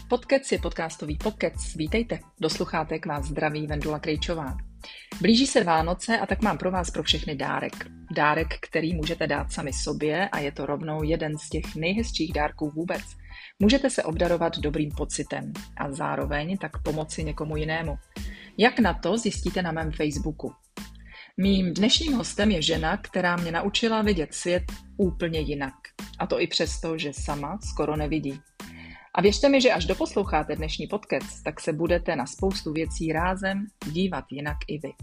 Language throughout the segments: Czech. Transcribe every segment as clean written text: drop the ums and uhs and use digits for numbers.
Podkec je podcastový pokec. Vítejte, do sluchátek vás zdraví Vendula Krejčová. Blíží se Vánoce a tak mám pro vás pro všechny dárek. Dárek, který můžete dát sami sobě a je to rovnou jeden z těch nejhezčích dárků vůbec. Můžete se obdarovat dobrým pocitem a zároveň tak pomoci někomu jinému. Jak na to zjistíte na mém Facebooku. Mým dnešním hostem je žena, která mě naučila vidět svět úplně jinak. A to i přesto, že sama skoro nevidí. A věřte mi, že až doposloucháte dnešní podcast, tak se budete na spoustu věcí rázem dívat jinak i vy.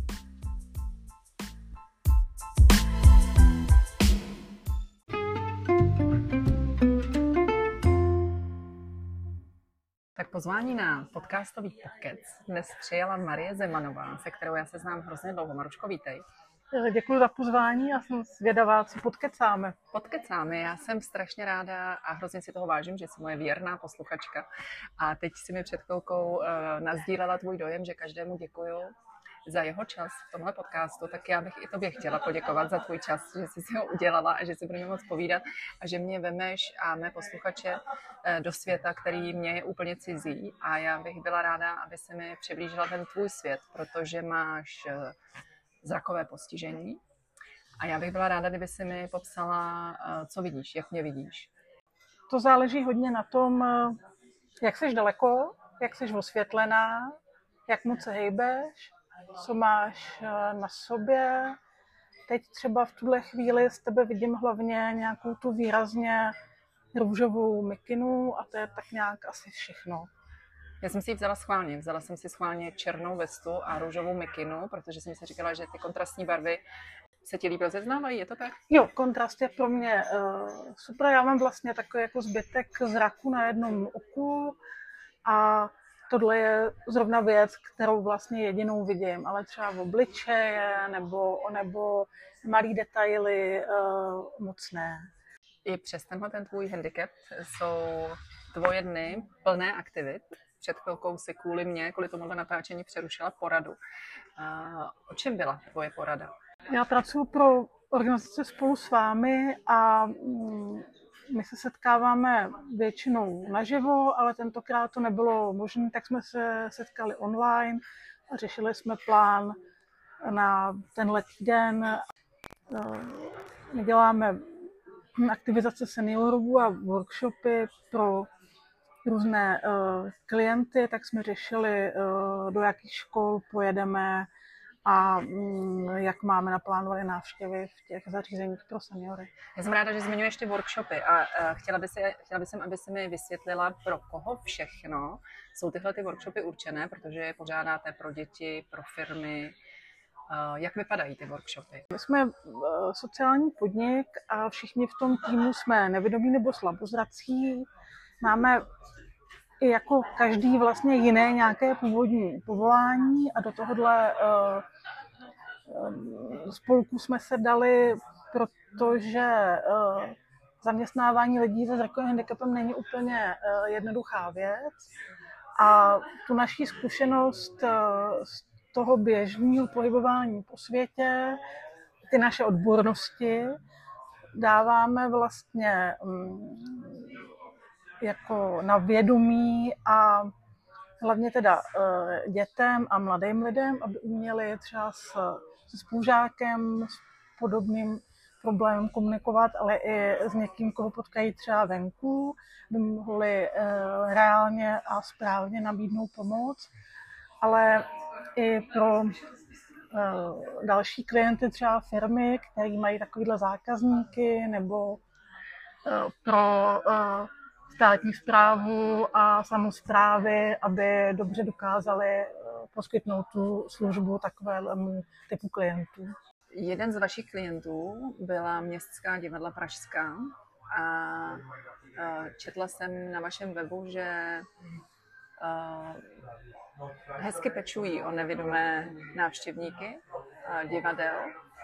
Tak pozvání na podcastový pokec dnes přijela Marie Zemanová, se kterou já se znám hrozně dlouho. Maruško, vítej. Děkuji za pozvání a jsem zvědavá, co podkecáme. Podkecáme, já jsem strašně ráda a hrozně si toho vážím, že jsi moje věrná posluchačka. A teď si mi před chvilkou nasdílela tvůj dojem, že každému děkuju za jeho čas v tomhle podcastu, tak já bych i tobě chtěla poděkovat za tvůj čas, že jsi si ho udělala a že si budeme moc povídat a že mě vemeš a mé posluchače do světa, který mě je úplně cizí. A já bych byla ráda, aby se mi přiblížila ten tvůj svět, protože máš zrakové postižení. A já bych byla ráda, kdyby si mi popsala, co vidíš, jak mě vidíš. To záleží hodně na tom, jak jsi daleko, jak jsi osvětlená, jak moc se hejbeš, co máš na sobě. Teď třeba v tuhle chvíli z tebe vidím hlavně nějakou tu výrazně růžovou mikinu a to je tak nějak asi všechno. Já jsem si ji vzala schválně. Vzala jsem si schválně černou vestu a růžovou mikinu, protože jsem si říkala, že ty kontrastní barvy se ti líp rozeznávají, je to tak? Jo, kontrast je pro mě super. Já mám vlastně takový jako zbytek zraku na jednom oku a tohle je zrovna věc, kterou vlastně jedinou vidím, ale třeba v obličeje nebo malý detaily moc ne. I přes tenhle ten tvůj handicap jsou tvoje dny plné aktivit. Před chvilkou si kvůli tomuhle natáčení přerušila poradu. O čem byla tvoje porada? Já pracuji pro organizaci Spolu s vámi a my se setkáváme většinou naživo, ale tentokrát to nebylo možné, tak jsme se setkali online a řešili jsme plán na tenhle týden. My děláme aktivizace seniorů a workshopy pro různé klienty, tak jsme řešili, do jakých škol pojedeme a jak máme naplánované návštěvy v těch zařízeních pro seniory. Já jsem ráda, že zmiňuješ ty workshopy a chtěla bych, aby si mi vysvětlila, pro koho všechno jsou tyhle ty workshopy určené, protože je pořádáte pro děti, pro firmy. Jak vypadají ty workshopy? My jsme sociální podnik a všichni v tom týmu jsme nevidomí nebo slabozrací. Máme i jako každý vlastně jiné nějaké původní povolání a do tohohle spolku jsme se dali, protože zaměstnávání lidí se zrakovým handicapem není úplně jednoduchá věc a tu naší zkušenost z toho běžného pohybování po světě, ty naše odbornosti dáváme vlastně jako na vědomí a hlavně teda dětem a mladým lidem, aby uměli třeba se spolužákem s podobným problémem komunikovat, ale i s někým, koho potkají třeba venku, by mohli reálně a správně nabídnout pomoc, ale i pro další klienty, třeba firmy, které mají takovýhle zákazníky, nebo pro státní správu a samosprávy, aby dobře dokázali poskytnout tu službu takovému typu klientů. Jeden z vašich klientů byla Městská divadla Pražská a četla jsem na vašem webu, že hezky pečují o nevidomé návštěvníky divadel.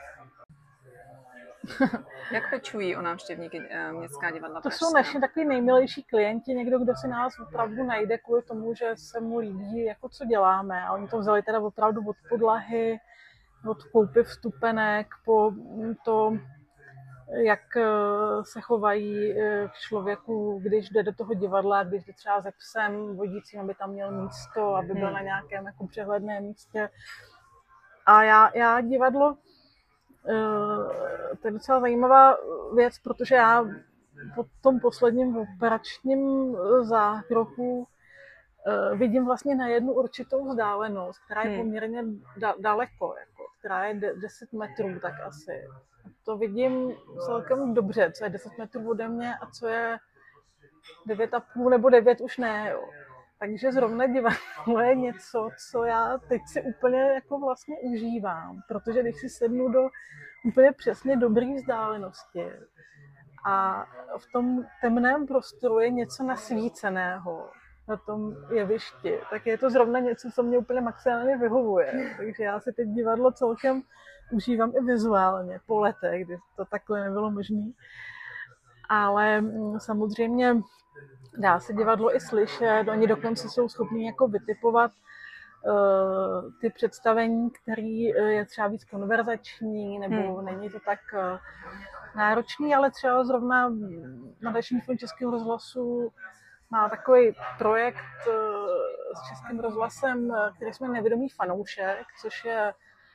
Jak pečují o návštěvníky Městská divadla Pražská? To jsou naši takový nejmilejší klienti, někdo, kdo si nás opravdu najde kvůli tomu, že se mu líbí, jako co děláme. A oni to vzali teda opravdu od podlahy, od koupy vstupenek, po to jak se chovají k člověku, když jde do toho divadla, když jde třeba se psem vodícím, aby tam měl místo, aby byl na nějakém jako přehledném místě. A já divadlo, to je docela zajímavá věc, protože já po tom posledním operačním zákroku vidím vlastně na jednu určitou vzdálenost, která je poměrně daleko, jako, která je 10 metrů tak asi. To vidím celkem dobře, co je 10 metrů ode mě a co je 9,5 nebo 9 už ne. Jo. Takže zrovna divadlo je něco, co já teď si úplně jako vlastně užívám, protože když si sednu do úplně přesně dobré vzdálenosti a v tom temném prostoru je něco nasvíceného na tom jevišti, tak je to zrovna něco, co mě úplně maximálně vyhovuje. Takže já si teď divadlo celkem užívám i vizuálně po letech, kdy to takhle nebylo možné. Ale samozřejmě dá se divadlo i slyšet, oni dokonce jsou schopní jako vytipovat ty představení, který je třeba víc konverzační, nebo není to tak náročný, ale třeba zrovna Nadační fond Českého rozhlasu má takový projekt s Českým rozhlasem, který jsme Nevědomý fanoušek, což je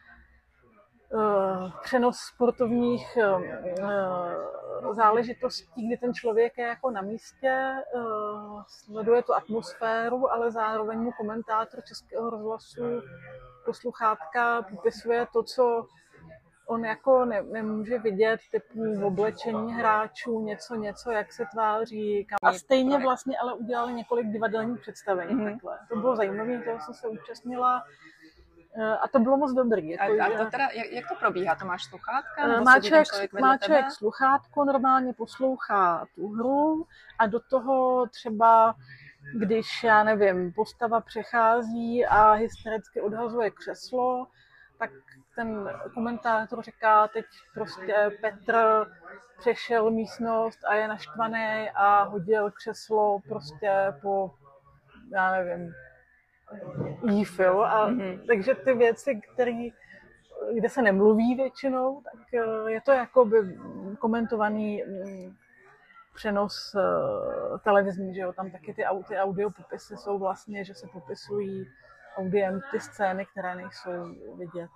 přenos sportovních záležitostí, kdy ten člověk je jako na místě, sleduje tu atmosféru, ale zároveň mu komentátor Českého rozhlasu posluchátka popisuje to, co on jako nemůže vidět, typu oblečení hráčů, něco, jak se tváří. A stejně vlastně ale udělali několik divadelních představení. Takhle. To bylo zajímavé, toho jsem se účastnila. A to bylo moc dobrý. Jako, a to teda, jak to probíhá? To máš sluchátka? Má člověk sluchátko, normálně poslouchá tu hru a do toho třeba, když, já nevím, postava přechází a hystericky odhazuje křeslo, tak ten komentátor říká, teď prostě Petr přešel místnost a je naštvaný a hodil křeslo prostě po, já nevím, jífil. A takže ty věci, kde se nemluví většinou, tak je to jakoby komentovaný přenos televizní, že jo, tam taky ty audio popisy jsou vlastně, že se popisují audiem ty scény, které nejsou vidět.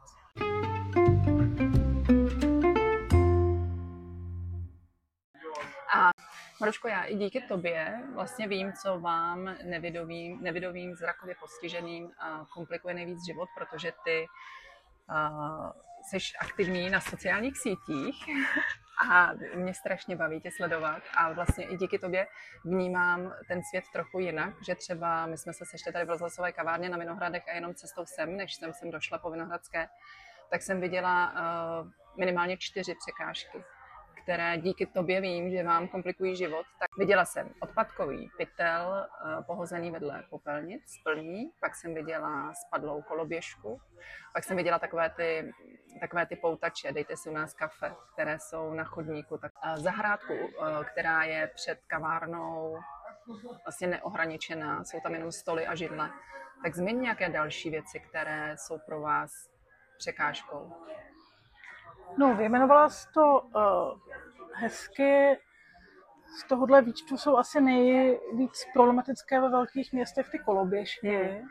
A Maruško, já i díky tobě vlastně vím, co vám nevidomým zrakově postiženým komplikuje nejvíc život, protože ty jsi aktivní na sociálních sítích a mě strašně baví tě sledovat a vlastně i díky tobě vnímám ten svět trochu jinak, že třeba my jsme se sešli tady v rozhlasové kavárně na Vinohradech a jenom cestou sem, než jsem sem došla po Vinohradské, tak jsem viděla minimálně 4 překážky, které díky tobě vím, že vám komplikují život. Tak viděla jsem odpadkový pytel pohozený vedle popelnic plný, pak jsem viděla spadlou koloběžku, pak jsem viděla takové ty poutače, dejte si u nás kafe, které jsou na chodníku, tak zahrádku, která je před kavárnou vlastně neohraničená, jsou tam jenom stoly a židle. Tak zmiň nějaké další věci, které jsou pro vás překážkou. No, vyjmenovala jsi to hezky. Z tohohle výčtu jsou asi nejvíc problematické ve velkých městech ty koloběžky,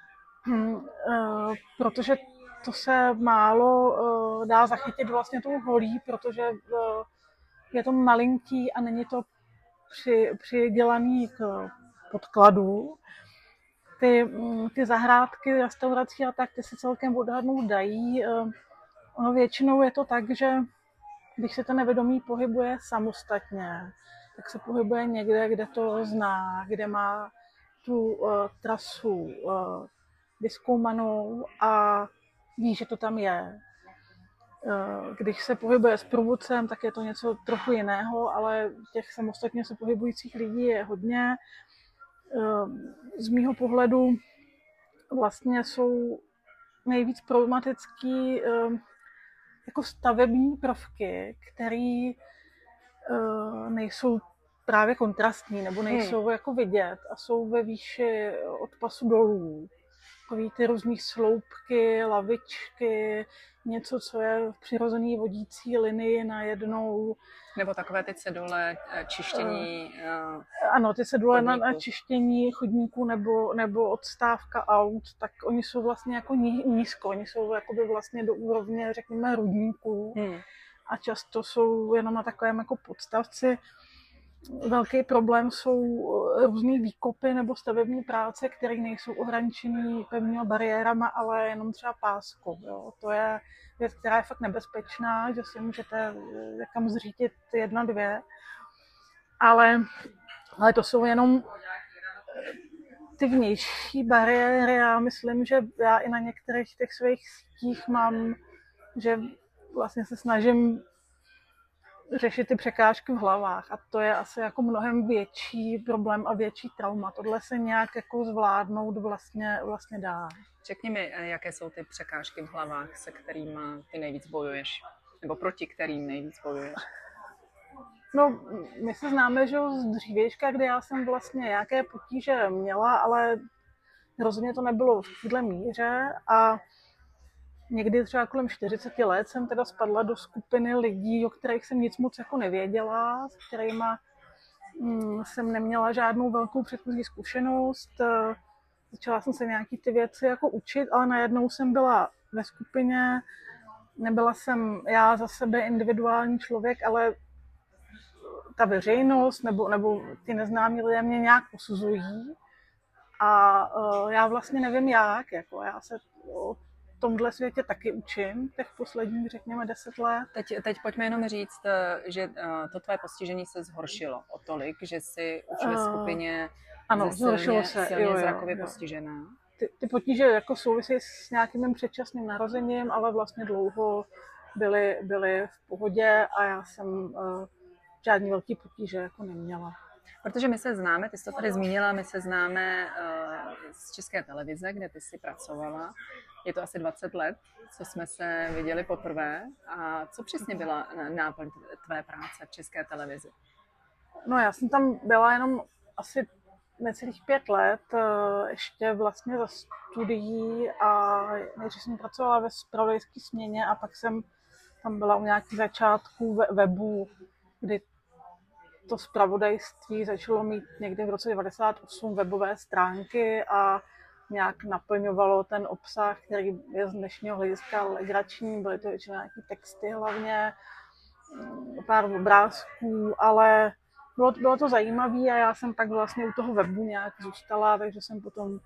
protože to se málo dá zachytit vlastně tou holí, protože je to malinký a není to přidělaný k podkladu. Ty zahrádky, restaurací a tak, ty se celkem odhadnout dají. Ono většinou je to tak, že když se ten nevědomý pohybuje samostatně, tak se pohybuje někde, kde to zná, kde má tu trasu vyzkoumanou a ví, že to tam je. Když se pohybuje s průvodcem, tak je to něco trochu jiného, ale těch samostatně se pohybujících lidí je hodně. Z mýho pohledu vlastně jsou nejvíc problematický jako stavební prvky, které nejsou právě kontrastní nebo nejsou jako vidět a jsou ve výši od pasu dolů. takový ty různý sloupky, lavičky, něco, co je v přirozený vodící linii najednou. Nebo takové ty cedule čištění Ano, ty cedule na chodníků. čištění chodníků nebo odstávka aut, tak oni jsou vlastně jako nízko, oni jsou jakoby vlastně do úrovně, řekněme, rudníků. A často jsou jenom na takovém jako podstavci. Velký problém jsou různý výkopy nebo stavební práce, které nejsou ohraničený pevnými bariérama, ale jenom třeba páskou. Jo. To je věc, která je fakt nebezpečná, že si můžete někam zřítit 1, 2. Ale to jsou jenom ty vnější bariéry. Já myslím, že já i na některých těch svých sítích mám, že vlastně se snažím řešit ty překážky v hlavách a to je asi jako mnohem větší problém a větší trauma. Tohle se nějak jako zvládnout vlastně dá. Řekni mi, jaké jsou ty překážky v hlavách, se kterými ty nejvíc bojuješ? Nebo proti kterým nejvíc bojuješ? No, my se známe, že z dřívějška, kdy já jsem vlastně nějaké potíže měla, ale rozhodně to nebylo v této míře a někdy třeba kolem 40 let jsem teda spadla do skupiny lidí, o kterých jsem nic moc jako nevěděla, s kterými jsem neměla žádnou velkou předchozí zkušenost. Začala jsem se nějaký ty věci jako učit, ale najednou jsem byla ve skupině, nebyla jsem já za sebe individuální člověk, ale ta veřejnost nebo ty neznámí lidé mě nějak posuzují a já vlastně nevím jak, jako já se o tomhle světě taky učím, těch posledních, řekněme, 10 let. Teď pojďme jenom říct, že to tvoje postižení se zhoršilo o tolik, že jsi už ve skupině silně zrakově postižená. Ty potíže jako souvisí s nějakým mým předčasným narozením, ale vlastně dlouho byly v pohodě a já jsem žádný velký potíže jako neměla. Protože my se známe, ty jsi to tady zmínila, my se známe z České televize, kde ty jsi pracovala. Je to asi 20 let, co jsme se viděli poprvé. A co přesně byla náplň tvé práce v České televizi? No já jsem tam byla jenom asi necelých 5 let, ještě vlastně za studií a nejdřív jsem pracovala ve zpravodajské směně a pak jsem tam byla u nějakých začátků webu, kdy to zpravodajství začalo mít někdy v roce 1998 webové stránky a nějak naplňovalo ten obsah, který je z dnešního hlediska legrační, byly to většinou nějaké texty hlavně, pár obrázků, ale bylo to zajímavé a já jsem pak vlastně u toho webu nějak zůstala, takže jsem potom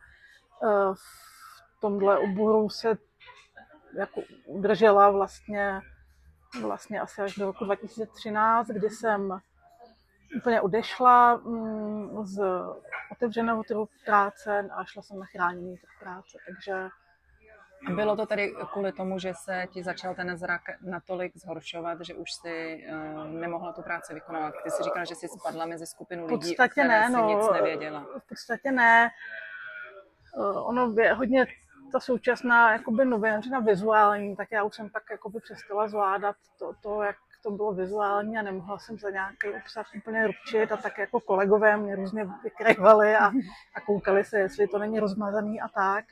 v tomhle oboru se jako udržela vlastně asi až do roku 2013, kdy jsem úplně odešla z otevřeného trhu práce a šla jsem na chráněný trh práce, takže... Bylo to tady kvůli tomu, že se ti začal ten zrak natolik zhoršovat, že už si nemohla tu práci vykonávat? Ty jsi říkala, že jsi spadla mezi skupinu lidí, o které jsi nic nevěděla. V podstatě ne. Ono je hodně ta současná jakoby novinářina vizuální, tak já už jsem pak jakoby přestala zvládat to, jak to bylo vizuální a nemohla jsem za nějaký obsah úplně ručit a tak jako kolegové mě různě vykrývali a koukali se, jestli to není rozmazaný a tak.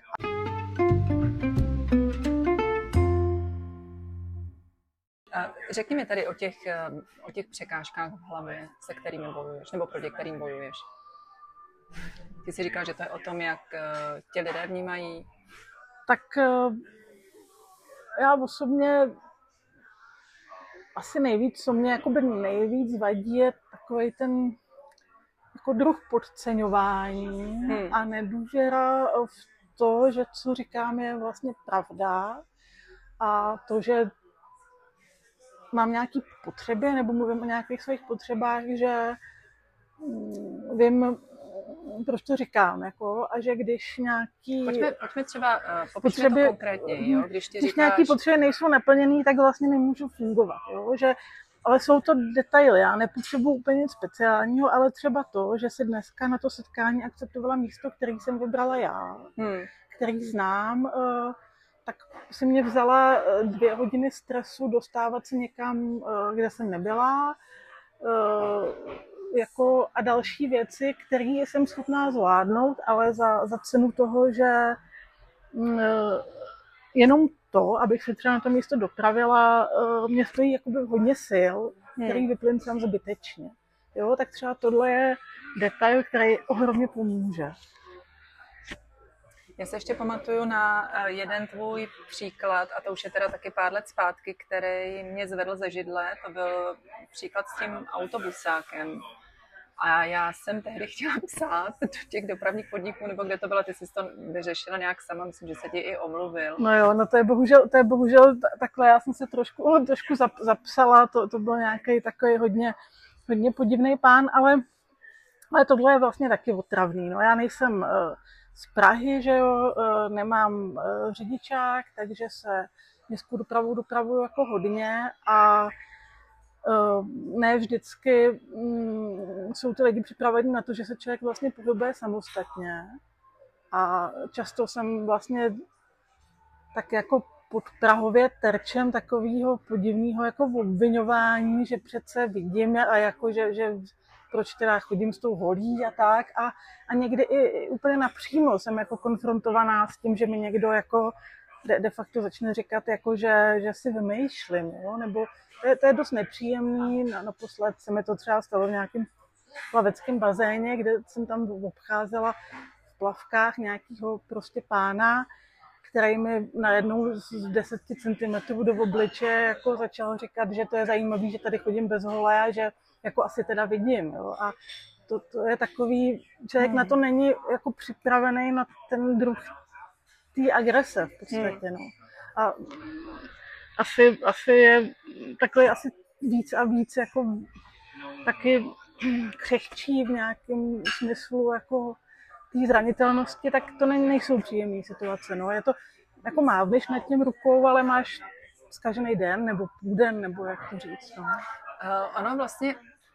Řekni mi tady o těch překážkách v hlavě, se kterými bojuješ, nebo proti kterým bojuješ. Ty jsi říkal, že to je o tom, jak tě lidé vnímají. Tak já osobně asi nejvíc, co mě jakoby nejvíc vadí, je takový ten jako druh podceňování a nedůvěra v to, že co říkám je vlastně pravda a to, že mám nějaké potřeby nebo mluvím o nějakých svých potřebách, že vím, proč to říkám, jako, a že když nějaký... Pojďme třeba potřeby, to konkrétně, jo? Když nějaké potřeby nejsou naplněné, tak vlastně nemůžu fungovat, jo? Ale jsou to detaily, já nepotřebuji úplně nic speciálního, ale třeba to, že si dneska na to setkání akceptovala místo, který jsem vybrala já, který znám, tak si mě vzala 2 hodiny stresu dostávat se někam, kde jsem nebyla, jako a další věci, které jsem schopná zvládnout, ale za cenu toho, že jenom to, abych se třeba na to místo dopravila, mě stojí jakoby hodně sil, který vyplynou zbytečně. Jo, tak třeba tohle je detail, který ohromně pomůže. Já se ještě pamatuju na jeden tvůj příklad, a to už je teda taky pár let zpátky, který mě zvedl ze židle. To byl příklad s tím autobusákem. A já jsem tehdy chtěla psát do těch dopravních podniků, nebo kde to bylo, ty jsi to vyřešila nějak sama, myslím, že se ti i omluvil. No jo, no to je bohužel takhle, já jsem se trošku zapsala, to byl nějaký takový hodně podivný pán, ale tohle je vlastně taky otravný. No, já nejsem z Prahy, že jo, nemám řidičák, takže se městskou dopravuju jako hodně a ne vždycky jsou ty lidi připraveni na to, že se člověk vlastně pohybuje samostatně. A často jsem vlastně tak jako podprahově terčem takového podivného jako obviňování, že přece vidím a jako, že proč teda chodím s tou holí a tak. A někdy i úplně napřímo jsem jako konfrontovaná s tím, že mi někdo jako de facto začne říkat, jako, že si vymýšlím, jo? Nebo to je dost nepříjemný. Naposled se mi to třeba stalo v nějakém plaveckém bazéně, kde jsem tam obcházela v plavkách nějakého prostě pána, který mi najednou z 10 cm do obličeje jako začal říkat, že to je zajímavý, že tady chodím bez holé a že jako asi teda vidím. Jo? A to je takový, člověk na to není jako připravený na ten druh té agrese v podstatě. No. A asi je takový asi víc a víc jako taky křehčí v nějakém smyslu jako té zranitelnosti, tak to nejsou příjemné situace. No. Je to jako mávneš nad tím rukou, ale máš zkažený den nebo půlden, nebo jak to říct. No. Ono vlastně,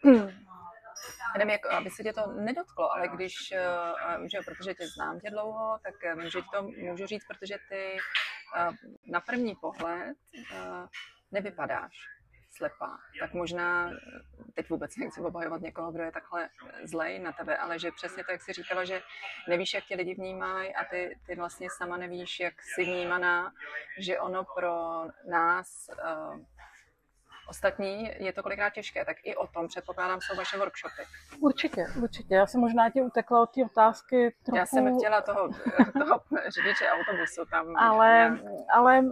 nevím, jak, aby se tě to nedotklo, ale když, že protože tě znám tě dlouho, tak vím, že ti to můžu říct, protože ty na první pohled nevypadáš slepá. Tak možná, teď vůbec nechci obhajovat někoho, kdo je takhle zlej na tebe, ale že přesně to, jak jsi říkala, že nevíš, jak tě lidi vnímají a ty vlastně sama nevíš, jak jsi vnímaná, že ono pro nás ostatní je to kolikrát těžké, tak i o tom předpokládám jsou vaše workshopy. Určitě. Já jsem možná ti utekla od té otázky trochu. Já jsem chtěla toho řidiče autobusu tam. Ale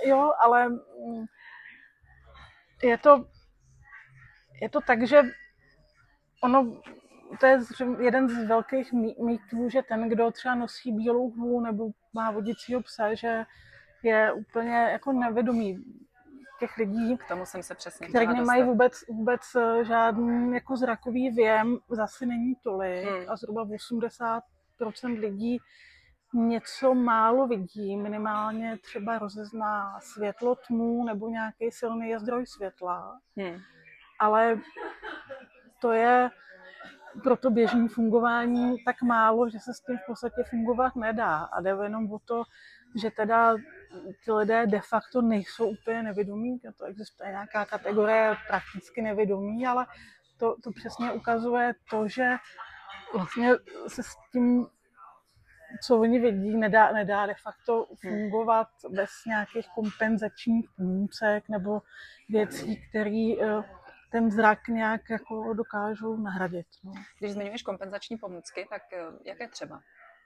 je to tak, že ono, to je jeden z velkých mýtů, že ten, kdo třeba nosí bílou hůl nebo má vodicího psa, že je úplně jako nevědomý těch lidí, k tomu jsem se přesně kteří nemají vůbec žádný jako zrakový věm, zase není tolik a zhruba 80% lidí něco málo vidí, minimálně třeba rozezná světlo, tmu nebo nějaký silný zdroj světla. Ale to je pro to běžné fungování tak málo, že se s tím v podstatě fungovat nedá. A jde jenom o to, že teda ty lidé de facto nejsou úplně nevědomí, to existuje nějaká kategorie prakticky nevědomí, ale to přesně ukazuje to, že vlastně se s tím, co oni vidí, nedá de facto fungovat bez nějakých kompenzačních pomůcek nebo věcí, které ten zrak nějak jako dokážou nahradit. No. Když zmiňuješ kompenzační pomůcky, tak jaké třeba?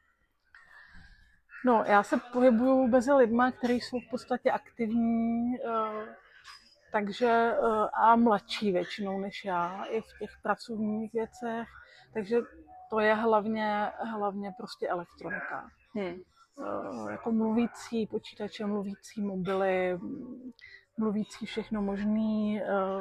No, já se pohybuju mezi lidma, kteří jsou v podstatě aktivní, takže a mladší většinou než já, i v těch pracovních věcech, takže to je hlavně prostě elektronika. Jako mluvící počítače, mluvící mobily, mluvící všechno možný.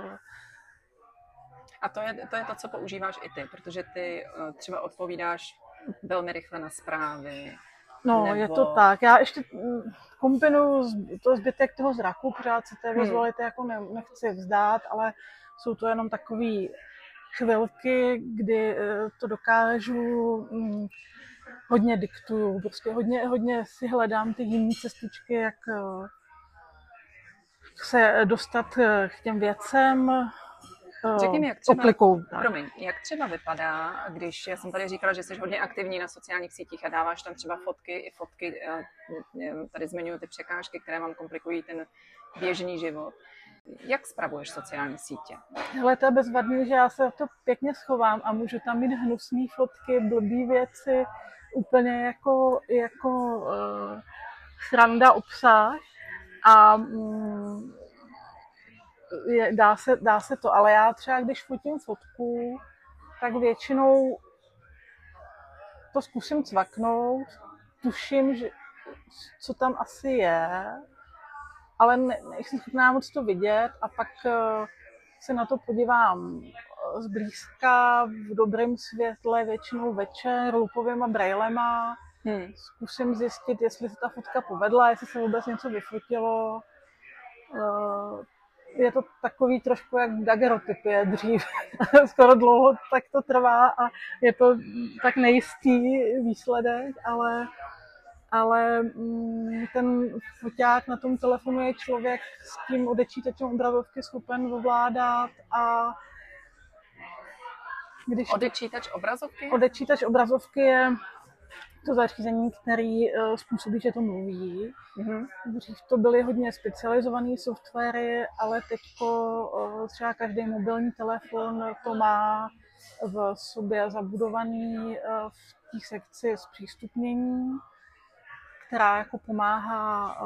A to je to, co používáš i ty, protože ty třeba odpovídáš velmi rychle na zprávy. No, nebo... je to tak. Já ještě kombinuju to zbytek toho zraku, pořád si té vizuality jako nechci vzdát, ale jsou to jenom takové chvilky, kdy to dokážu, hodně diktuju, prostě hodně si hledám ty jiné cestičky, jak se dostat k těm věcem, Řekni mi, jak třeba, oplikou. jak třeba vypadá, když, já jsem tady říkala, že jsi hodně aktivní na sociálních sítích a dáváš tam třeba fotky, tady zmiňuji ty překážky, které vám komplikují ten běžný život. Jak spravuješ sociální sítě? Hele, to je bezvadný, že já se to pěkně schovám a můžu tam mít hnusné fotky, blbý věci, úplně jako sranda obsah a dá se to, ale já třeba když fotím fotku, tak většinou to zkusím cvaknout, tuším, že, co tam asi je, ale nejsem schopná moc to vidět a pak se na to podívám zblízka, v dobrém světle, většinou večer, lupovýma brejlema. Zkusím zjistit, jestli se ta fotka povedla, jestli se vůbec něco vyfotilo. Je to takový trošku jak daguerreotypie dřív. Skoro dlouho tak to trvá a je to tak nejistý výsledek, ale ten foťák na tom telefonu je člověk s tím odečítačem obrazovky schopen ovládat a když... Odečítač obrazovky? Odečítač obrazovky je to zařízení, který způsobí, že to mluví. Dřív to byly hodně specializované softwary, ale teď třeba každý mobilní telefon to má v sobě zabudovaný v té sekci zpřístupnění, která jako pomáhá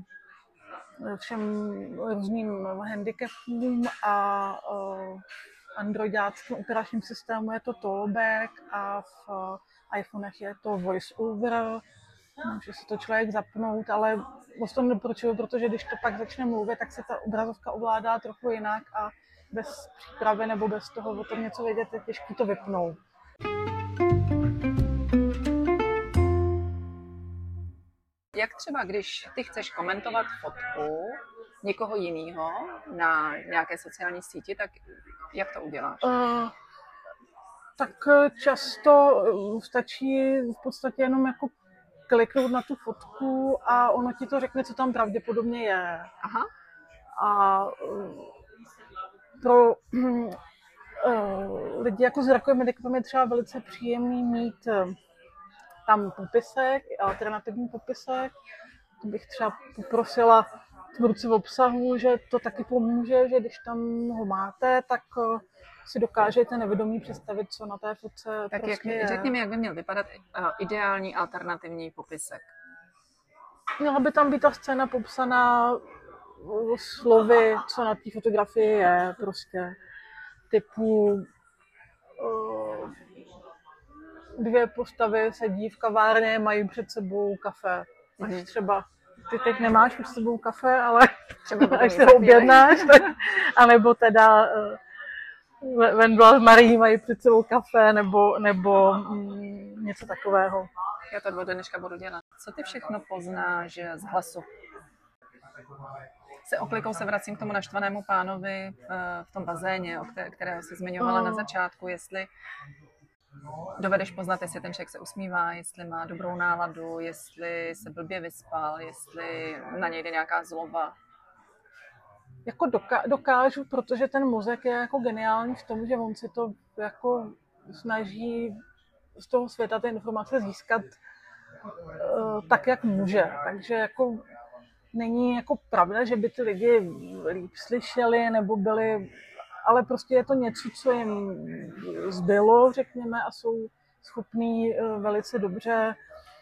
všem různým handicapům a androidáckém operačním systému je to Tollback a v iPhonech je to VoiceOver. Může si to člověk zapnout, ale moc to nedoporučuju, protože když to pak začne mluvit, tak se ta obrazovka ovládá trochu jinak a bez přípravy nebo bez toho o tom něco vědět je těžké to vypnout. Jak třeba, když ty chceš komentovat fotku někoho jiného na nějaké sociální síti, tak jak to uděláš? Tak často stačí v podstatě jenom jako kliknout na tu fotku a ono ti to řekne, co tam pravděpodobně je. Aha. A pro lidi jako s zrakovým handicapem je třeba velice příjemný mít tam popisek, alternativní popisek. To bych třeba poprosila tvůrci obsahu, že to taky pomůže, že když tam ho máte, tak si dokážete nevědomí představit, co na té fotce tak prostě je. Řekni mi, jak by měl vypadat ideální alternativní popisek. Měla by tam být ta scéna popsaná slovy, co na té fotografii je, prostě typu dvě postavy sedí v kavárně, mají před sebou kafe. Až třeba ty teď nemáš před sebou kafe, ale třeba až se ho objednáš, tak, anebo teda Vendula s Marií mají před sebou kafe, nebo něco takového. Já to od dneška budu dělat. Co ty všechno poznáš z hlasu? Se oklikou se vracím k tomu naštvanému pánovi v tom bazéně, kterého jsi zmiňovala na začátku, jestli dovedeš poznat, jestli ten člověk se usmívá, jestli má dobrou náladu, jestli se blbě vyspal, jestli na něj jde nějaká zloba. Jako dokážu, protože ten mozek je jako geniální v tom, že on si to jako snaží z toho světa ty informace získat tak, jak může. Takže jako není jako pravda, že by ty lidi líp slyšeli nebo byli, ale prostě je to něco, co jim zbylo, řekněme, a jsou schopní velice dobře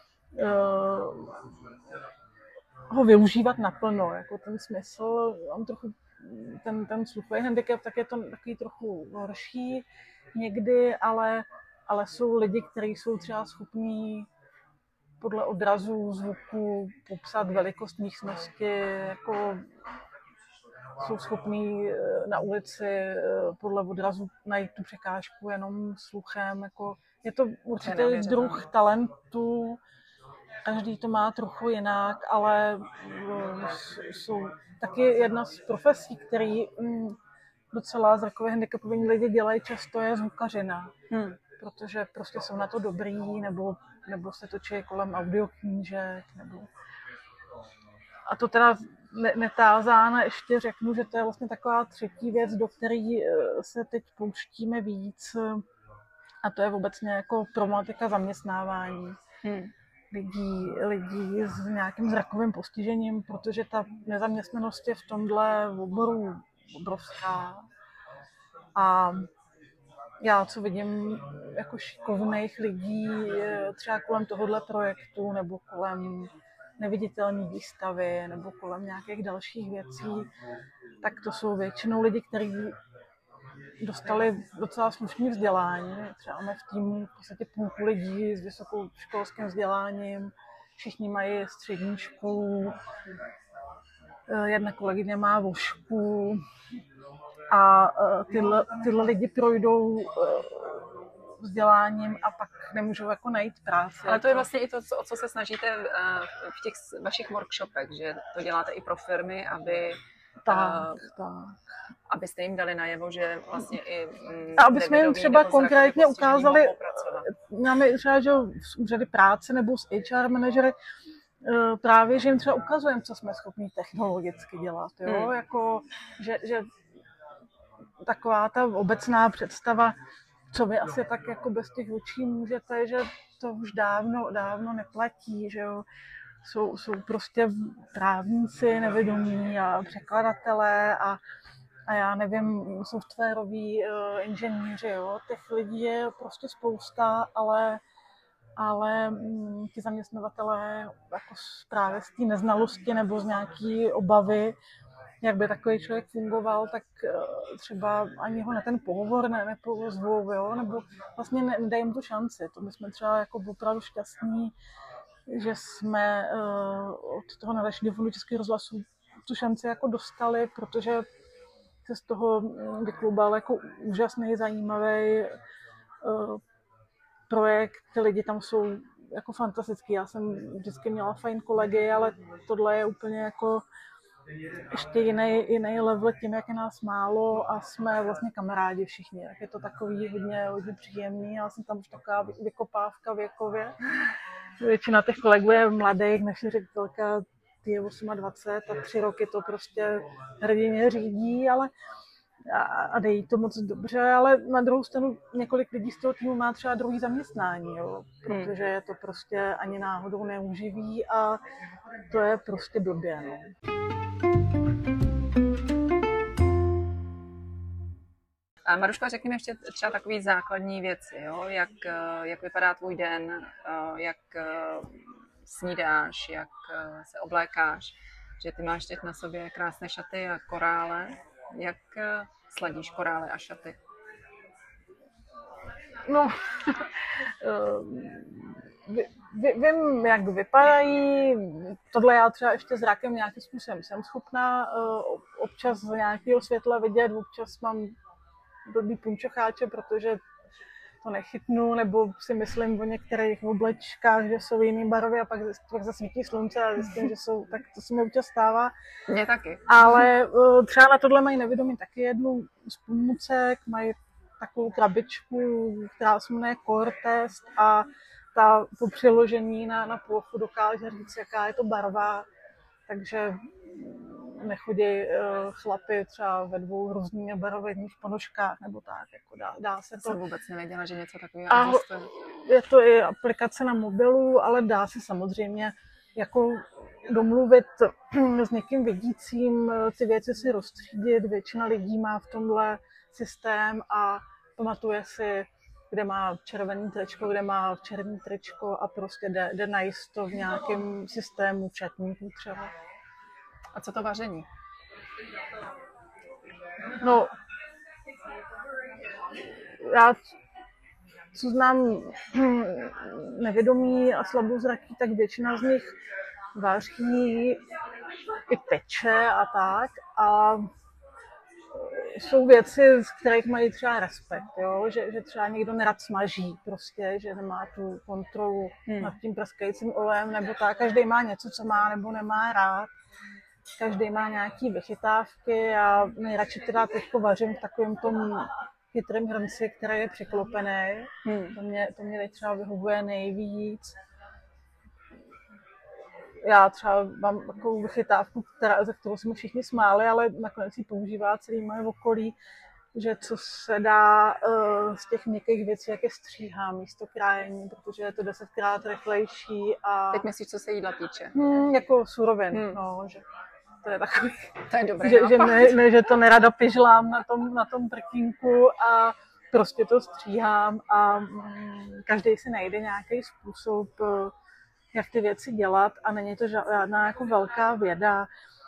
ho využívat naplno, jako ten smysl, on trochu, ten sluchový handicap, tak je to takový trochu horší někdy, ale jsou lidi, kteří jsou třeba schopní podle odrazu zvuku popsat velikost místnosti, jako jsou schopní na ulici podle odrazu najít tu překážku jenom sluchem, jako je to určitý druh talentu. Každý to má trochu jinak, ale jsou taky jedna z profesí, který docela zrakově handicapovaní lidi dělají často, je zvukařina. Protože prostě jsou na to dobrý, nebo se točí kolem audioknížek, nebo... A to teda netázána ještě řeknu, že to je vlastně taková třetí věc, do které se teď pouštíme víc, a to je obecně jako problematika zaměstnávání lidí s nějakým zrakovým postižením, protože ta nezaměstnanost je v tomhle oboru obrovská. A já, co vidím jako šikovných lidí třeba kolem tohohle projektu nebo kolem neviditelné výstavy nebo kolem nějakých dalších věcí, tak to jsou většinou lidi, kteří dostali docela slušné vzdělání. Třeba máme v týmu v podstatě půlku lidí s vysokoškolským vzděláním, všichni mají střední školu, jedna kolegyně má vošku a tyhle lidi projdou vzděláním a pak nemůžou jako najít práci. Ale to je vlastně i to, o co se snažíte v těch vašich workshopech, že to děláte i pro firmy, abyste jim dali najevo, že vlastně i a aby jsme jim třeba konkrétně ukázali, máme třeba že z úřady práce nebo z HR manažery, právě, že jim třeba ukazujeme, co jsme schopni technologicky dělat. Jo? Jako, že taková ta obecná představa, co vy asi tak jako bez těch očí můžete, že to už dávno neplatí, že jo. Jsou prostě právníci nevědomí a překladatelé a já nevím, softwaroví inženýři, jo. Těch lidí je prostě spousta, ale ti zaměstnavatelé jako právě z té neznalosti nebo z nějaké obavy, jak by takový člověk fungoval, tak třeba ani ho na ten pohovor nepozvou, jo? Nebo vlastně nedají jim tu šanci. To my jsme třeba jako opravdu šťastní, že jsme od toho nadačního fondu Českého rozhlasu tu šanci jako dostali, protože se z toho vyklubal jako úžasný, zajímavý projekt. Ty lidi tam jsou jako fantastický. Já jsem vždycky měla fajn kolegy, ale tohle je úplně jako ještě jiný level tím, jak je nás málo a jsme vlastně kamarádi všichni. Tak je to takový hodně příjemný. Já jsem tam už taková vykopávka věkově. Většina těch kolegů je mladých, naše ředitelka je 28 a 3 roky to prostě hrdině řídí, ale a dejí to moc dobře, ale na druhou stranu několik lidí z toho týmu má třeba druhý zaměstnání, jo, protože je to prostě ani náhodou neuživí a to je prostě blbě. No. A Maruško, řekni mi ještě třeba takové základní věci, jo? Jak vypadá tvůj den, jak snídáš, jak se oblékáš, že ty máš teď na sobě krásné šaty a korále. Jak sladíš korále a šaty? No, vím, jak vypadají. Tohle já třeba ještě zrakem nějakým způsobem jsem schopná občas z nějakého světla vidět, občas mám blbý punčocháče, protože to nechytnu, nebo si myslím o některých oblečkách, že jsou jiný barvy a pak zasvítí slunce a zjistím, že jsou, tak to se mi občas stává. Mně taky. Ale třeba na tohle mají nevědomí taky jednu z pomůcek, mají takovou krabičku, která se jmenuje Core Test a ta po přiložení na plochu dokáže říct, jaká je to barva, takže nechodí chlapi třeba ve 2 různých barevných ponožkách nebo tak, jako dá se to. Jsem vůbec nevěděla, že něco takového existuje. Je to i aplikace na mobilu, ale dá se samozřejmě jako domluvit s někým vidícím, ty věci si rozstřídit. Většina lidí má v tomhle systém a pamatuje si, kde má červený tričko, kde má červený tričko a prostě jde najisto v nějakém systému četníků třeba. A co to vaření? No, já co znám nevědomí a slabozraký, tak většina z nich vaří i peče a tak. A jsou věci, z kterých mají třeba respekt, jo? Že třeba někdo nerad smaží, prostě, že nemá tu kontrolu nad tím praskajícím olejem, nebo tak. Každý má něco, co má nebo nemá rád. Každý má nějaký vychytávky a nejradši teda teďko vařím v takovém tom chytrém hrnci, který je překlopený. To mě teď třeba vyhovuje nejvíc. já třeba mám takovou vychytávku, ze kterou jsme všichni smáli, ale nakonec ji používá celý moje okolí, že co se dá z těch měkkých věcí, jak je stříhá místo krájení, protože je to 10krát rychlejší a... Teď myslíš, co se jídla týče? Jako surovin, no, že to je takový... To je dobré že to nerada pižlám na tom prkínku a prostě to stříhám a každý si najde nějaký způsob, jak ty věci dělat a není to žádná jako velká věda.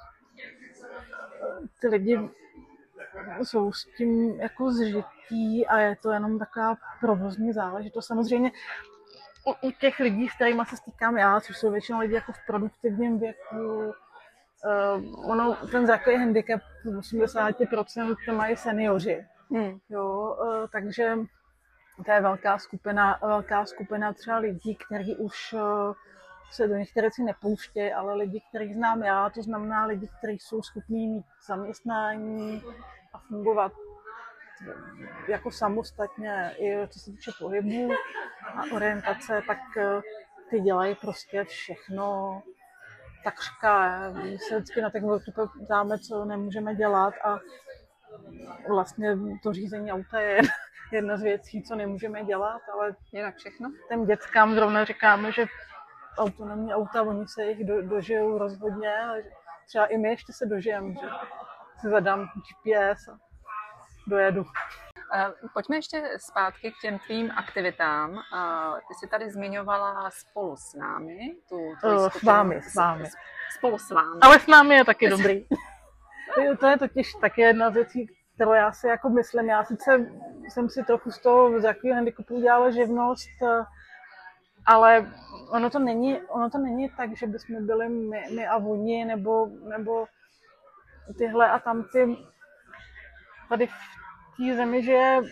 Ty lidi jsou s tím jako zžití a je to jenom taková provozní záležitost. Samozřejmě u těch lidí, s kterými se stýkám já, což jsou většinou lidi jako v produktivním věku, ten zrakový handicap 80% to mají seniori. Jo, takže to je velká skupina třeba lidí, kteří už se do některých věcí nepouštějí, ale lidi, kterých znám já, to znamená lidi, kteří jsou schopní mít zaměstnání a fungovat jako samostatně, i co se týče pohybu a orientace, tak ty dělají prostě všechno takřka. My se vždycky na ten workshop ptáme, co nemůžeme dělat a vlastně to řízení auta je jedna z věcí, co nemůžeme dělat, ale jinak všechno. Těm dětskám zrovna říkáme, že autonomní auta, oni se jich dožijou rozhodně, ale třeba i my ještě se dožijeme, že si zadám GPS a dojedu. Pojďme ještě zpátky k těm tvým aktivitám. Ty jsi tady zmiňovala spolu s námi. S vámi. Spolu s vámi. Ale s námi je taky dobrý. To je totiž taky jedna z věcí, kterou já si jako myslím. Já sice jsem si trochu z toho zrakového handicapu udělala živnost, ale ono to není tak, že bychom byli my a oni, nebo tyhle a tamty. Tady v té zemi, že je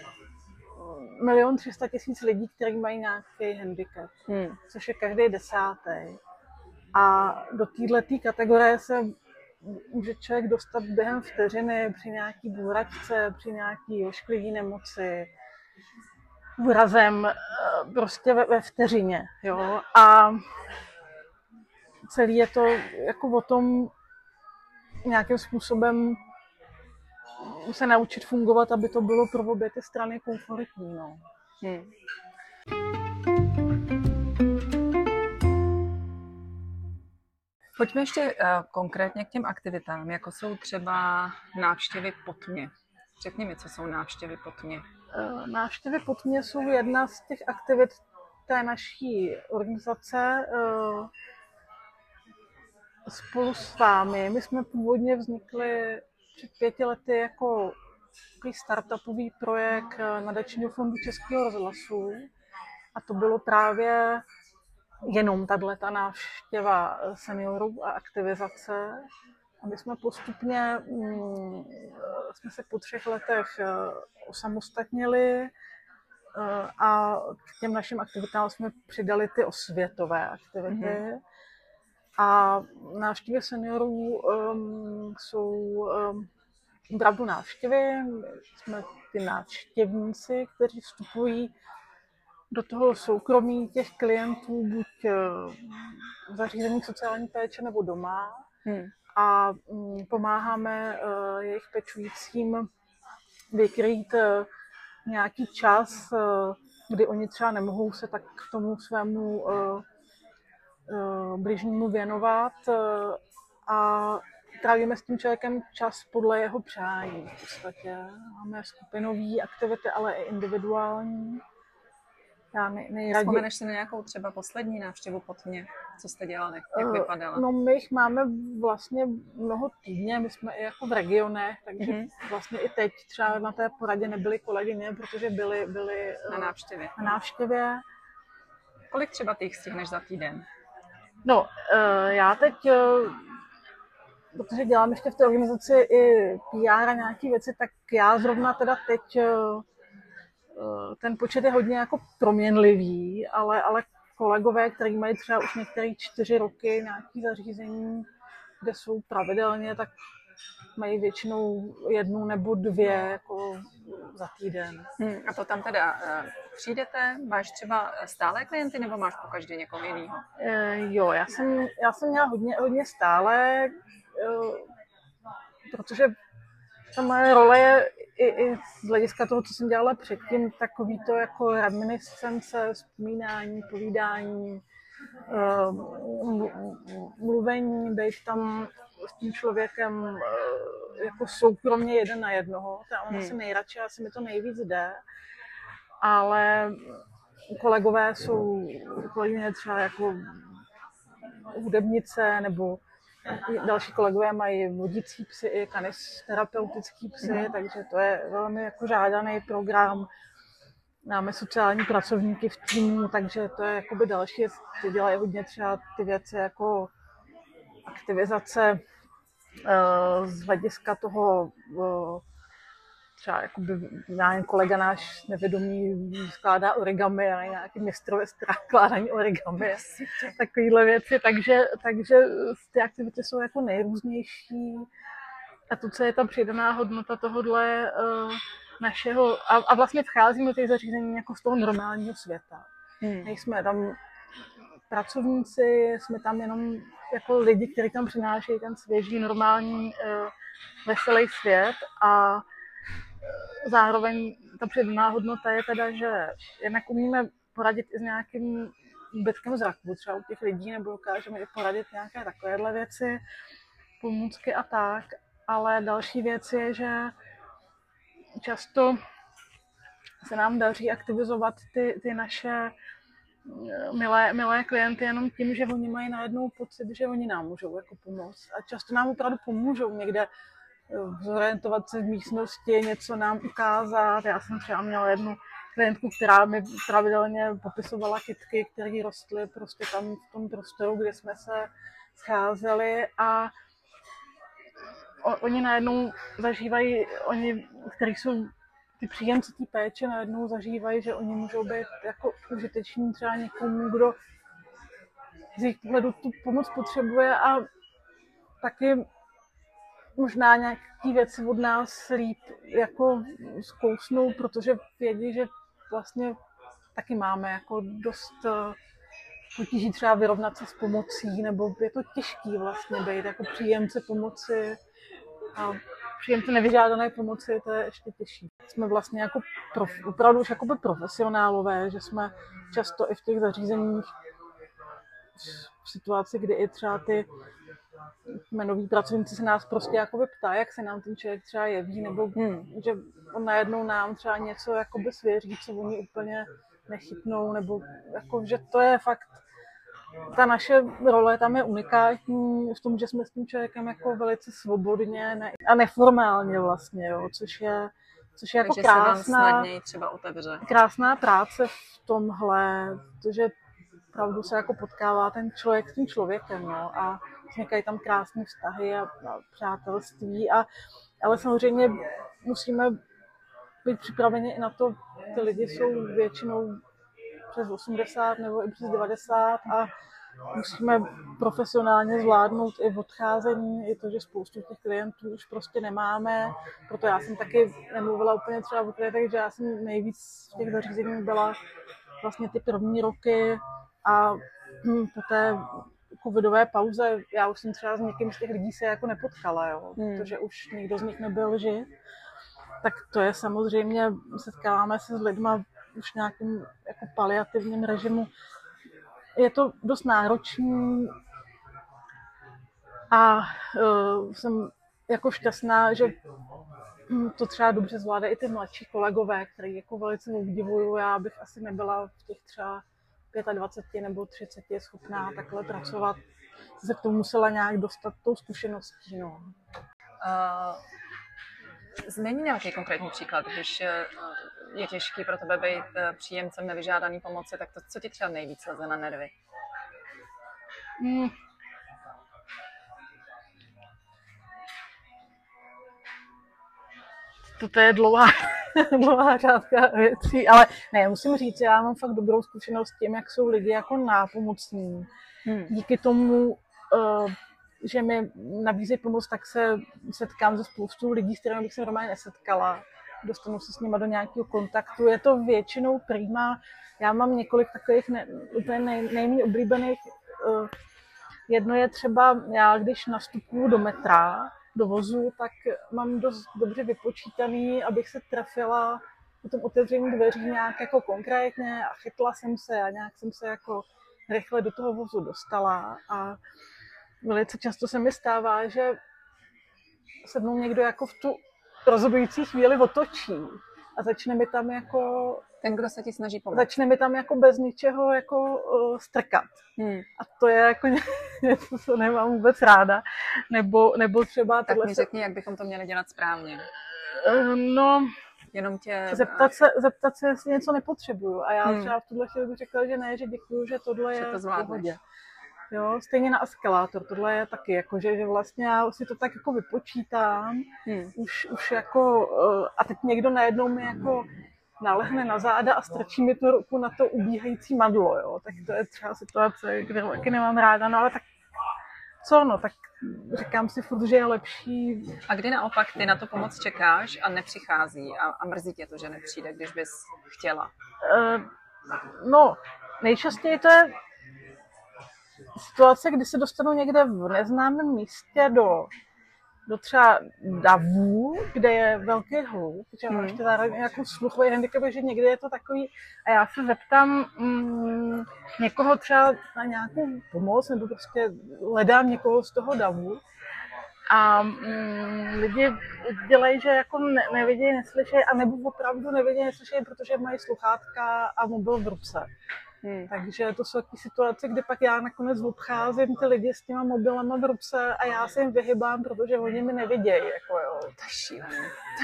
1 300 000 lidí, kteří mají nějaký handicap, což je každý 10. A do této kategorie se může člověk dostat během vteřiny při nějaký bůračce, při nějaký ošklivý nemoci, úrazem, prostě ve vteřině. Jo? A celý je to jako o tom nějakým způsobem se naučit fungovat, aby to bylo pro obě ty strany komfortní. No. Pojďme ještě konkrétně k těm aktivitám, jako jsou třeba návštěvy po tmě. Řekni mi, co jsou návštěvy po tmě. Návštěvy po tmě jsou jedna z těch aktivit té naší organizace spolu s vámi. My jsme původně vznikli před 5 lety jako startupový projekt Nadačního fondu Českého rozhlasu a to bylo právě jenom tato návštěva seniorů a aktivizace. A my jsme postupně jsme se po 3 letech osamostatnili a k těm našim aktivitám jsme přidali ty osvětové aktivity. A návštěvy seniorů jsou opravdu návštěvy. Jsme ty návštěvníci, kteří vstupují do toho soukromí těch klientů, buď v zařízeních sociální péče nebo doma. A pomáháme jejich pečujícím vykrýt nějaký čas, kdy oni třeba nemohou se tak k tomu svému bližnímu věnovat a trávíme s tím člověkem čas podle jeho přání v podstatě. Máme skupinové aktivity, ale i individuální. Vzpomeneš si na nějakou třeba poslední návštěvu po tmě? Co jste dělali? Jak vypadala? No my jich máme vlastně mnoho týdně, my jsme i jako v regionech, takže vlastně i teď třeba na té poradě nebyly kolegyně, protože byly na návštěvě. Kolik třeba ty jich stihneš za týden? No, já teď, protože dělám ještě v té organizaci i PR a nějaké věci, tak já zrovna teda teď ten počet je hodně jako proměnlivý, ale kolegové, kteří mají třeba už některé 4 roky nějaké zařízení, kde jsou pravidelně, tak mají většinou 1 nebo 2 jako za týden. A to tam teda přijdete, máš třeba stálé klienty nebo máš pokaždé někoho jiného? Jo, já jsem měla hodně stále, protože ta moje role je i z hlediska toho, co jsem dělala předtím, takový to jako reminiscence, vzpomínání, povídání, mluvení, být tam s tím člověkem jako soukromně jeden na jednoho. To já mám asi nejradši, asi mi to nejvíc jde. Ale kolegové jsou kolegyně třeba jako hudebnice nebo další kolegové mají vodící psy i kanisterapeutický psy, takže to je velmi jako žádaný program. Máme sociální pracovníky v týmu, takže to je jakoby další, ty dělají hodně třeba ty věci jako aktivizace z hlediska toho, třeba jakoby, kolega náš nevědomý skládá origami a nějaký mistr ve skládání origami, takovýhle věci, takže ty aktivity jsou jako nejrůznější a to, co je ta přidaná hodnota tohohle našeho, a vlastně vcházíme do těch zařízení jako z toho normálního světa. Nejsme tam pracovníci, jsme tam jenom jako lidi, kteří tam přinášejí ten svěží, normální, veselý svět a zároveň ta přidaná hodnota je teda, že jednak umíme poradit i s nějakým úbytkem zraku, třeba u těch lidí, nebo dokážeme i poradit nějaké takovéhle věci, pomůcky a tak, ale další věc je, že často se nám daří aktivizovat ty naše milé klienty jenom tím, že oni mají najednou pocit, že oni nám můžou jako pomoct. A často nám opravdu pomůžou někde zorientovat se v místnosti, něco nám ukázat. Já jsem třeba měla jednu klientku, která mi pravidelně popisovala kytky, které rostly prostě tam v tom prostoru, kde jsme se scházeli a oni najednou zažívají, kteří jsou ty příjemci té péče, najednou zažívají, že oni můžou být jako užiteční třeba někomu, kdo z jejich pohledu tu pomoc potřebuje a taky možná nějaké věci od nás líp jako zkousnou, protože vědí, že vlastně taky máme jako dost potíží třeba vyrovnat se s pomocí, nebo je to těžký vlastně být jako příjemce pomoci a příjemce nevyžádané pomoci, to je ještě těžší. Jsme vlastně jako opravdu už jakoby profesionálové, že jsme často i v těch zařízeních v situaci, kdy i třeba ty jmenoví pracovníci se nás prostě jakoby ptají, jak se nám ten člověk třeba jeví, nebo že on najednou nám třeba něco jakoby svěří, co oni úplně nechytnou, nebo jako, že to je fakt, ta naše role tam je unikátní v tom, že jsme s tím člověkem jako velice svobodně a neformálně vlastně, jo, což je jako krásná, třeba otevře. Krásná práce v tomhle, protože opravdu se jako potkává ten člověk s tím člověkem, no, a vznikají tam krásné vztahy a přátelství, ale samozřejmě musíme být připraveni i na to, ty lidi jsou většinou přes 80 nebo i přes 90 a musíme profesionálně zvládnout i odcházení, i to, že spoustu těch klientů už prostě nemáme. Proto já jsem taky nemluvila úplně třeba o klientech, že já jsem nejvíc v těch zařízeních byla vlastně ty první roky a po té covidové pauze já už jsem třeba s někým z těch lidí se jako nepotkala, jo, protože už nikdo z nich nebyl žít. Tak to je samozřejmě, setkáváme se s lidma už v nějakým jako paliativním režimu. Je to dost náročný a jsem jako šťastná, že to třeba dobře zvládají i ty mladší kolegové, který jako velice obdivuju. Já bych asi nebyla v těch třeba 25 nebo 30 schopná takhle pracovat. Se k tomu musela nějak dostat tou zkušeností. No. Změní nějaký konkrétní příklad, když je těžký pro tebe být příjemcem nevyžádaný pomoci, tak to, co ti třeba nejvíc leze na nervy? To je dlouhá řádka věcí, ale ne, musím říct, já mám fakt dobrou zkušenost s tím, jak jsou lidi jako nápomocní. Díky tomu, že mi nabízejí pomoc, tak se setkám se spoustou lidí, s kterými bych se normálně nesetkala. dostanu se s nima do nějakého kontaktu. Je to většinou prima. Já mám několik takových úplně nejméně oblíbených. Jedno je třeba, já když nastupuju do metra, do vozu, tak mám dost dobře vypočítaný, abych se trefila po tom otevření dveří nějak jako konkrétně a chytla jsem se a nějak jsem se jako rychle do toho vozu dostala. A velice často se mi stává, že se mnou někdo jako v tu rozhodující chvíli otočí a začne mi tam jako... Ten, kdo se ti snaží pomoct. Začne mi tam jako bez ničeho jako strkat. A to je jako něco, co nemám vůbec ráda. Nebo třeba... Tak mi řekni, jak bychom to měli dělat správně. No... Jenom tě... Zeptat se, jestli něco nepotřebuju. A já třeba v tuhle chvíli bych řekla, že ne, že děkuju, že tohle je v pohodě. Jo, stejně na eskalátor, tohle je taky, jako, že vlastně já si to tak jako vypočítám, už jako, a teď někdo najednou mi jako nalehne na záda a strčí mi tu ruku na to ubíhající madlo, jo, tak to je třeba situace, kde taky nemám ráda, no ale tak co, no, tak říkám si furt, že je lepší. A kdy naopak ty na to pomoc čekáš a nepřichází a mrzí tě to, že nepřijde, když bys chtěla? No, nejčastěji to je situace, kdy se dostanu někde v neznámém místě do třeba davů, kde je velký hluk, že mám ještě zároveň nějakou sluchový handicap, že někdy je to takový, a já se zeptám někoho třeba na nějakou pomoc, nebo prostě hledám někoho z toho davu a lidi dělají, že jako nevidějí, neslyšejí, a nebo opravdu nevidějí, neslyšejí, protože mají sluchátka a mobil v ruce. Takže to jsou takové situace, kdy pak já nakonec obcházím ty lidi s těma mobilama v ruce a já se jim vyhybám, protože oni mi nevidějí. Jako, jo. To je šílený.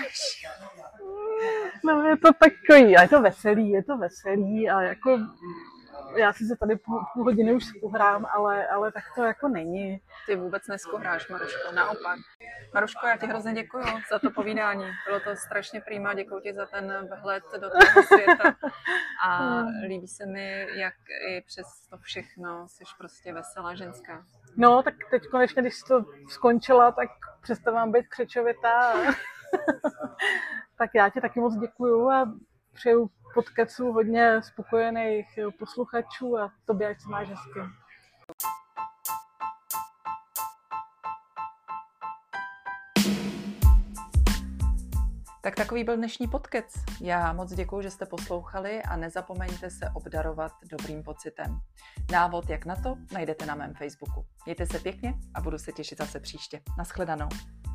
No, je to takový, a je to veselý a jako já si se tady půl hodiny už skuhrám, ale tak to jako není. Ty vůbec neskuhráš, Maruško, naopak. Maruško, já ti hrozně děkuju za to povídání. Bylo to strašně prima, děkuju ti za ten vhled do toho světa. A líbí se mi, jak i přes to všechno jsi prostě veselá ženská. No, tak teď konečně, když jsi to skončila, tak přestávám být křečovitá. Tak já ti taky moc děkuju a přeju podcastu hodně spokojených posluchačů a tobě, ať se máš hezky. Tak takový byl dnešní podcast. Já moc děkuju, že jste poslouchali a nezapomeňte se obdarovat dobrým pocitem. Návod, jak na to, najdete na mém Facebooku. Mějte se pěkně a budu se těšit zase příště. Naschledanou.